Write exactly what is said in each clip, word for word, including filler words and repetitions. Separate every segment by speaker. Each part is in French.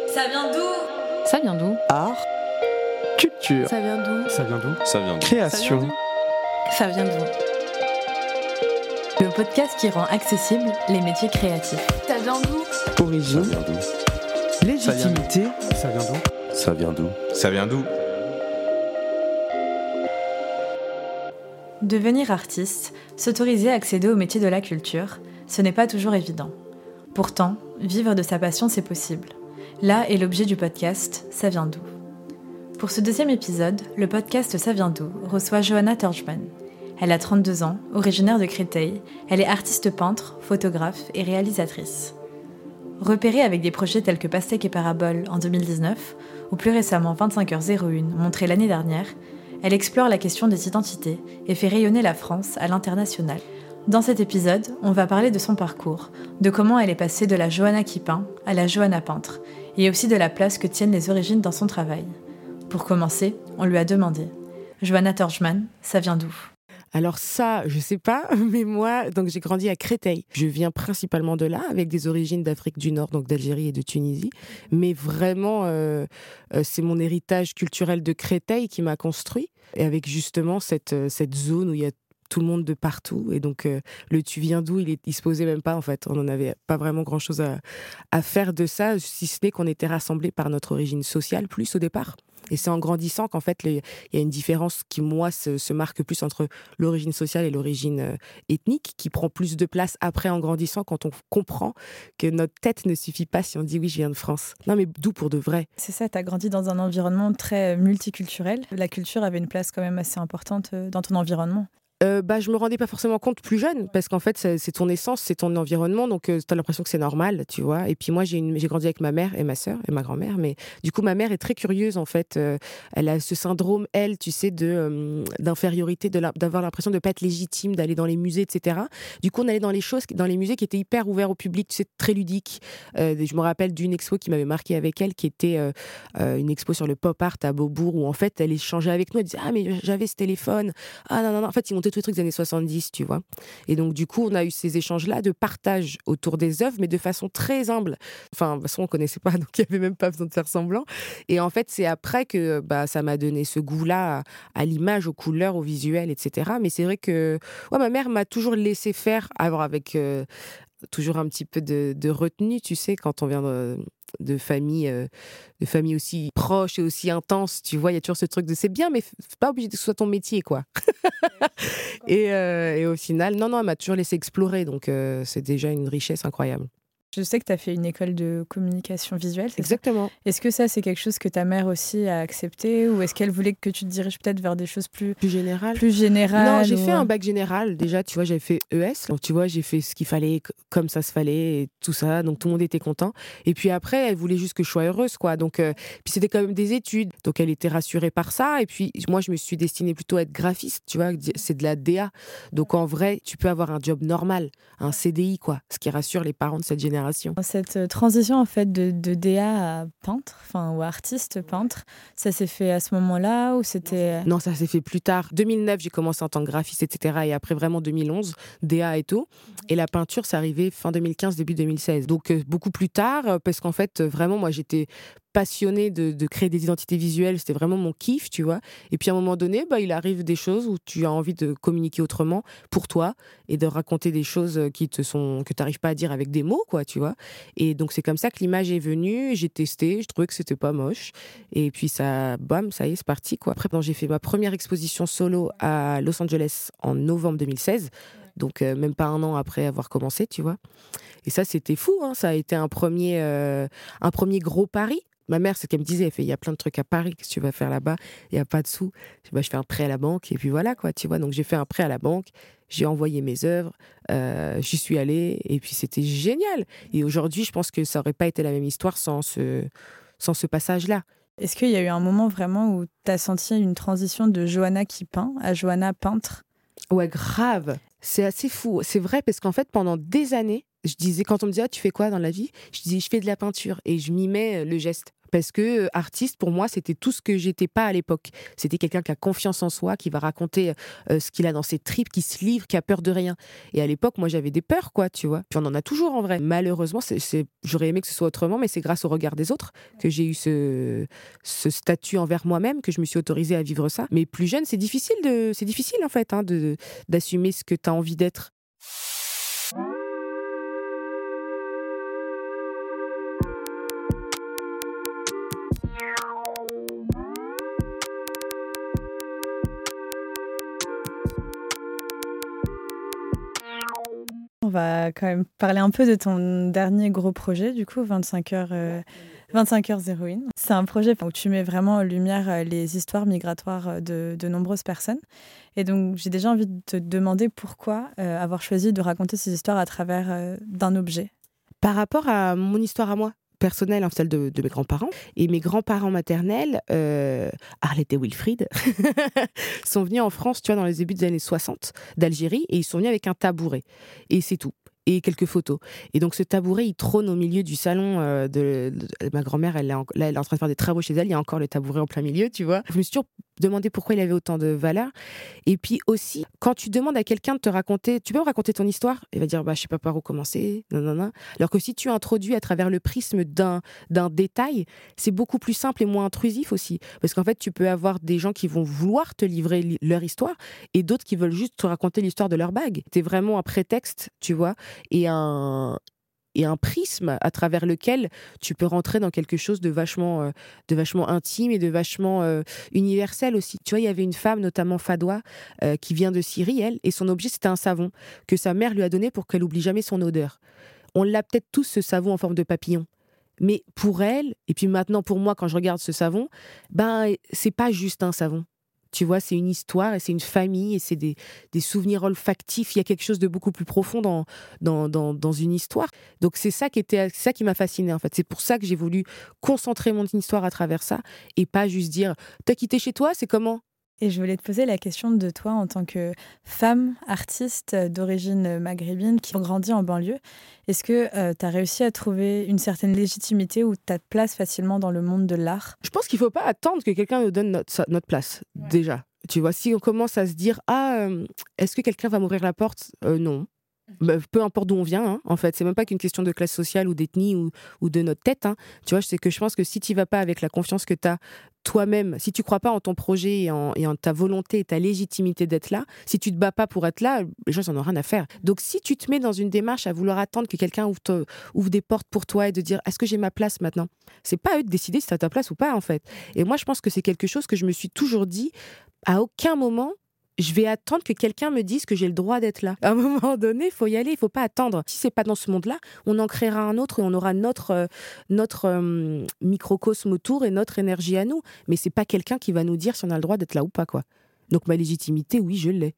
Speaker 1: Ça vient d'où?
Speaker 2: Ça vient d'où?
Speaker 3: Art, culture.
Speaker 2: Ça vient d'où?
Speaker 3: Ça vient d'où?
Speaker 4: Ça vient d'où?
Speaker 3: Création.
Speaker 2: Ça vient d'où? Le podcast qui rend accessibles les métiers créatifs.
Speaker 1: Ça vient d'où?
Speaker 4: Ça
Speaker 3: Origine,
Speaker 4: vient d'où?
Speaker 3: légitimité. Ça vient d'où?
Speaker 4: Ça vient d'où? Ça vient d'où?
Speaker 2: Devenir artiste, s'autoriser à accéder au métier de la culture, ce n'est pas toujours évident. Pourtant, vivre de sa passion, c'est possible. Là est l'objet du podcast « Ça vient d'où ». Pour ce deuxième épisode, le podcast « Ça vient d'où » reçoit Johanna Torjman. Elle a trente-deux ans, originaire de Créteil, elle est artiste peintre, photographe et réalisatrice. Repérée avec des projets tels que Pastèque et Parabole en deux mille dix-neuf, ou plus récemment vingt-cinq heures zéro un, montré l'année dernière, elle explore la question des identités et fait rayonner la France à l'international. Dans cet épisode, on va parler de son parcours, de comment elle est passée de la Johanna qui peint à la Johanna peintre, et aussi de la place que tiennent les origines dans son travail. Pour commencer, on lui a demandé « Johanna Torjman, ça vient d'où ?»
Speaker 5: Alors ça, je sais pas, mais moi, donc j'ai grandi à Créteil. Je viens principalement de là, avec des origines d'Afrique du Nord, donc d'Algérie et de Tunisie. Mais vraiment, euh, euh, c'est mon héritage culturel de Créteil qui m'a construit. Et avec justement cette, cette zone où il y a tout le monde de partout. Et donc, euh, le « tu viens d'où ?» il, est, il se posait même pas, en fait. On n'en avait pas vraiment grand-chose à, à faire de ça, si ce n'est qu'on était rassemblés par notre origine sociale, plus au départ. Et c'est en grandissant qu'en fait, il y a une différence qui, moi, se, se marque plus entre l'origine sociale et l'origine euh, ethnique, qui prend plus de place après en grandissant, quand on comprend que notre tête ne suffit pas si on dit « oui, je viens de France ». Non, mais d'où pour de vrai?
Speaker 6: C'est ça, tu as grandi dans un environnement très multiculturel. La culture avait une place quand même assez importante dans ton environnement.
Speaker 5: Euh, bah, je me rendais pas forcément compte plus jeune, parce qu'en fait, c'est, c'est ton essence, c'est ton environnement, donc euh, t'as l'impression que c'est normal, tu vois. Et puis moi, j'ai, une, j'ai grandi avec ma mère et ma sœur et ma grand-mère, mais du coup, ma mère est très curieuse, en fait. Euh, elle a ce syndrome, elle, tu sais, de, euh, d'infériorité, de la, d'avoir l'impression de pas être légitime, d'aller dans les musées, et cetera. Du coup, on allait dans les choses, dans les musées qui étaient hyper ouverts au public, tu sais, très ludiques. Euh, je me rappelle d'une expo qui m'avait marquée avec elle, qui était euh, euh, une expo sur le pop art à Beaubourg, où en fait, elle échangeait avec nous, elle disait « Ah, mais j'avais ce téléphone. Ah, non, non, non. » En fait, ils montaient tous les trucs des années soixante-dix, tu vois. Et donc, du coup, on a eu ces échanges-là de partage autour des œuvres, mais de façon très humble. Enfin, de toute façon, on ne connaissait pas, donc il n'y avait même pas besoin de faire semblant. Et en fait, c'est après que bah, ça m'a donné ce goût-là à, à l'image, aux couleurs, au visuel, et cetera. Mais c'est vrai que ouais, ma mère m'a toujours laissé faire, alors avec euh, toujours un petit peu de, de retenue, tu sais, quand on vient de... de famille euh, de famille aussi proche et aussi intense, tu vois, il y a toujours ce truc de c'est bien, mais c'est pas obligé que ce soit ton métier, quoi. et, euh, et au final, non, non, elle m'a toujours laissé explorer, donc euh, c'est déjà une richesse incroyable.
Speaker 6: Je sais que tu as fait une école de communication visuelle, c'est
Speaker 5: Exactement.
Speaker 6: ça? Est-ce que ça, c'est quelque chose que ta mère aussi a accepté, ou est-ce qu'elle voulait que tu te diriges peut-être vers des choses plus,
Speaker 5: plus générales
Speaker 6: plus générales
Speaker 5: Non, j'ai
Speaker 6: ou...
Speaker 5: fait un bac général. Déjà, tu vois, j'avais fait E S. Donc, tu vois, j'ai fait ce qu'il fallait, comme ça se fallait, et tout ça. Donc, tout le monde était content. Et puis après, elle voulait juste que je sois heureuse, quoi. Donc, euh, puis c'était quand même des études. Donc, elle était rassurée par ça. Et puis, moi, je me suis destinée plutôt à être graphiste, tu vois. C'est de la D A. Donc, en vrai, tu peux avoir un job normal, un C D I, quoi. Ce qui rassure les parents de cette génération.
Speaker 6: Cette transition en fait de, de D A à peintre, enfin ou artiste peintre, ça s'est fait à ce moment-là ou c'était...
Speaker 5: Non, ça s'est fait plus tard. deux mille neuf, j'ai commencé en tant que graphiste, et cetera. Et après vraiment deux mille onze, D A et tout. Et la peinture, c'est arrivé fin deux mille quinze, début deux mille seize. Donc euh, beaucoup plus tard, parce qu'en fait, vraiment, moi, j'étais passionnée de, de créer des identités visuelles. C'était vraiment mon kiff, tu vois. Et puis à un moment donné, bah, il arrive des choses où tu as envie de communiquer autrement pour toi et de raconter des choses qui te sont, que tu n'arrives pas à dire avec des mots, quoi, tu vois. Et donc c'est comme ça que l'image est venue. J'ai testé, je trouvais que c'était pas moche. Et puis ça, bam, ça y est, c'est parti, quoi. Après, j'ai fait ma première exposition solo à Los Angeles en novembre deux mille seize. Donc euh, même pas un an après avoir commencé, tu vois. Et ça, c'était fou, hein. Ça a été un premier, euh, un premier gros pari. Ma mère, c'est ce qu'elle me disait, elle fait, il y a plein de trucs à Paris, qu'est-ce que tu vas faire là-bas? Il n'y a pas de sous. Je, bah, je fais un prêt à la banque, et puis voilà, quoi, tu vois. Donc, j'ai fait un prêt à la banque, j'ai envoyé mes œuvres, euh, j'y suis allée, et puis c'était génial. Et aujourd'hui, je pense que ça n'aurait pas été la même histoire sans ce, sans ce passage-là.
Speaker 6: Est-ce qu'il y a eu un moment vraiment où tu as senti une transition de Johanna qui peint à Johanna peintre?
Speaker 5: Ouais, grave. C'est assez fou. C'est vrai, parce qu'en fait, pendant des années, Je disais, quand on me disait, ah, tu fais quoi dans la vie? Je disais, je fais de la peinture. Et je mimais le geste. Parce que euh, artiste, pour moi, c'était tout ce que j'étais pas à l'époque. C'était quelqu'un qui a confiance en soi, qui va raconter euh, ce qu'il a dans ses tripes, qui se livre, qui a peur de rien. Et à l'époque, moi, j'avais des peurs, quoi, tu vois. Puis on en a toujours, en vrai. Malheureusement, c'est, c'est... j'aurais aimé que ce soit autrement, mais c'est grâce au regard des autres que j'ai eu ce, ce statut envers moi-même, que je me suis autorisée à vivre ça. Mais plus jeune, c'est difficile, de... c'est difficile en fait, hein, de... d'assumer ce que tu as envie d'être.
Speaker 6: On va quand même parler un peu de ton dernier gros projet, du coup, vingt-cinq heures, euh, vingt-cinq heures héroïne. C'est un projet où tu mets vraiment en lumière les histoires migratoires de, de nombreuses personnes. Et donc, j'ai déjà envie de te demander pourquoi euh, avoir choisi de raconter ces histoires à travers euh, d'un objet.
Speaker 5: Par rapport à mon histoire à moi personnelle, hein, celle de, de mes grands-parents, et mes grands-parents maternels, euh, Arlette et Wilfried, sont venus en France, tu vois, dans les débuts des années soixante, d'Algérie, et ils sont venus avec un tabouret. Et c'est tout. Et quelques photos. Et donc ce tabouret, il trône au milieu du salon euh, de, de, de ma grand-mère. Elle est, en, là, elle est en train de faire des travaux chez elle. Il y a encore le tabouret en plein milieu, tu vois. Je me suis toujours demandé pourquoi il avait autant de valeur. Et puis aussi, quand tu demandes à quelqu'un de te raconter, tu peux me raconter ton histoire? Il va dire, bah, je sais pas par où commencer. Non, non, non. Alors que si tu introduis à travers le prisme d'un, d'un détail, c'est beaucoup plus simple et moins intrusif aussi. Parce qu'en fait, tu peux avoir des gens qui vont vouloir te livrer li- leur histoire et d'autres qui veulent juste te raconter l'histoire de leur bague. C'est vraiment un prétexte, tu vois. Et un, et un prisme à travers lequel tu peux rentrer dans quelque chose de vachement, euh, de vachement intime et de vachement euh, universel aussi. Tu vois, il y avait une femme, notamment Fadwa, euh, qui vient de Syrie, elle, et son objet, c'était un savon que sa mère lui a donné pour qu'elle oublie jamais son odeur. On l'a peut-être tous, ce savon en forme de papillon. Mais pour elle, et puis maintenant pour moi, quand je regarde ce savon, ben, c'est pas juste un savon. Tu vois, c'est une histoire et c'est une famille et c'est des, des souvenirs olfactifs. Il y a quelque chose de beaucoup plus profond dans, dans, dans, dans une histoire. Donc, c'est ça qui était, c'est ça qui m'a fascinée, en fait. C'est pour ça que j'ai voulu concentrer mon histoire à travers ça et pas juste dire « T'as quitté chez toi, c'est comment ?»
Speaker 6: Et je voulais te poser la question de toi en tant que femme artiste d'origine maghrébine qui a grandi en banlieue. Est-ce que euh, tu as réussi à trouver une certaine légitimité ou ta place facilement dans le monde de l'art?
Speaker 5: Je pense qu'il ne faut pas attendre que quelqu'un nous donne notre, notre place, ouais. Déjà. Tu vois, si on commence à se dire « Ah, euh, est-ce que quelqu'un va m'ouvrir la porte euh, ?» Non. Bah, peu importe d'où on vient, hein, en fait, c'est même pas qu'une question de classe sociale ou d'ethnie ou, ou de notre tête. Hein. Tu vois, c'est que je pense que si tu vas pas avec la confiance que tu as toi-même, si tu crois pas en ton projet et en, et en ta volonté et ta légitimité d'être là, si tu te bats pas pour être là, les gens, ils en ont rien à faire. Donc, si tu te mets dans une démarche à vouloir attendre que quelqu'un ouvre, te, ouvre des portes pour toi et de dire, est-ce que j'ai ma place maintenant? C'est pas à eux de décider si tu as ta place ou pas, en fait. Et moi, je pense que c'est quelque chose que je me suis toujours dit, à aucun moment, je vais attendre que quelqu'un me dise que j'ai le droit d'être là. À un moment donné, il faut y aller, il ne faut pas attendre. Si ce n'est pas dans ce monde-là, on en créera un autre et on aura notre, euh, notre euh, microcosme autour et notre énergie à nous. Mais ce n'est pas quelqu'un qui va nous dire si on a le droit d'être là ou pas, quoi. Donc ma légitimité, oui, je l'ai.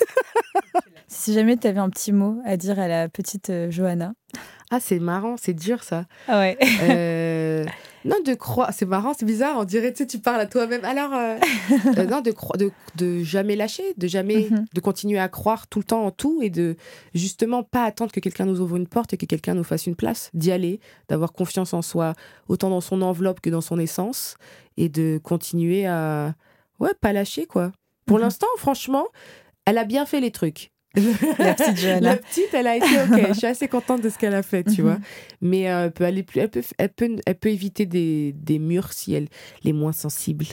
Speaker 6: Si jamais tu avais un petit mot à dire à la petite euh, Johanna.
Speaker 5: Ah, c'est marrant, c'est dur ça.
Speaker 6: Ah ouais.
Speaker 5: euh, non, de croire, c'est marrant, c'est bizarre, on dirait, tu sais, tu parles à toi-même. Alors, euh, euh, non, de, cro- de, de jamais lâcher, de jamais, mm-hmm. de continuer à croire tout le temps en tout et de justement pas attendre que quelqu'un nous ouvre une porte et que quelqu'un nous fasse une place, d'y aller, d'avoir confiance en soi, autant dans son enveloppe que dans son essence et de continuer à, ouais, pas lâcher, quoi. Pour mm-hmm. l'instant, franchement, elle a bien fait les trucs.
Speaker 6: La petite Johanna.
Speaker 5: La petite, elle a été ok. Je suis assez contente de ce qu'elle a fait, tu mm-hmm. vois. Mais euh, elle peut aller plus, elle peut, elle peut, elle peut éviter des, des murs si elle est moins sensible.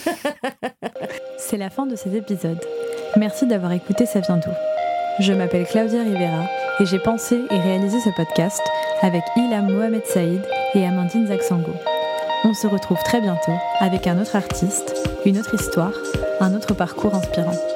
Speaker 2: C'est la fin de cet épisode. Merci d'avoir écouté Ça vient d'où. Je m'appelle Claudia Rivera et j'ai pensé et réalisé ce podcast avec Ilham Mohamed Saïd et Amandine Zaksango. On se retrouve très bientôt avec un autre artiste, une autre histoire, un autre parcours inspirant.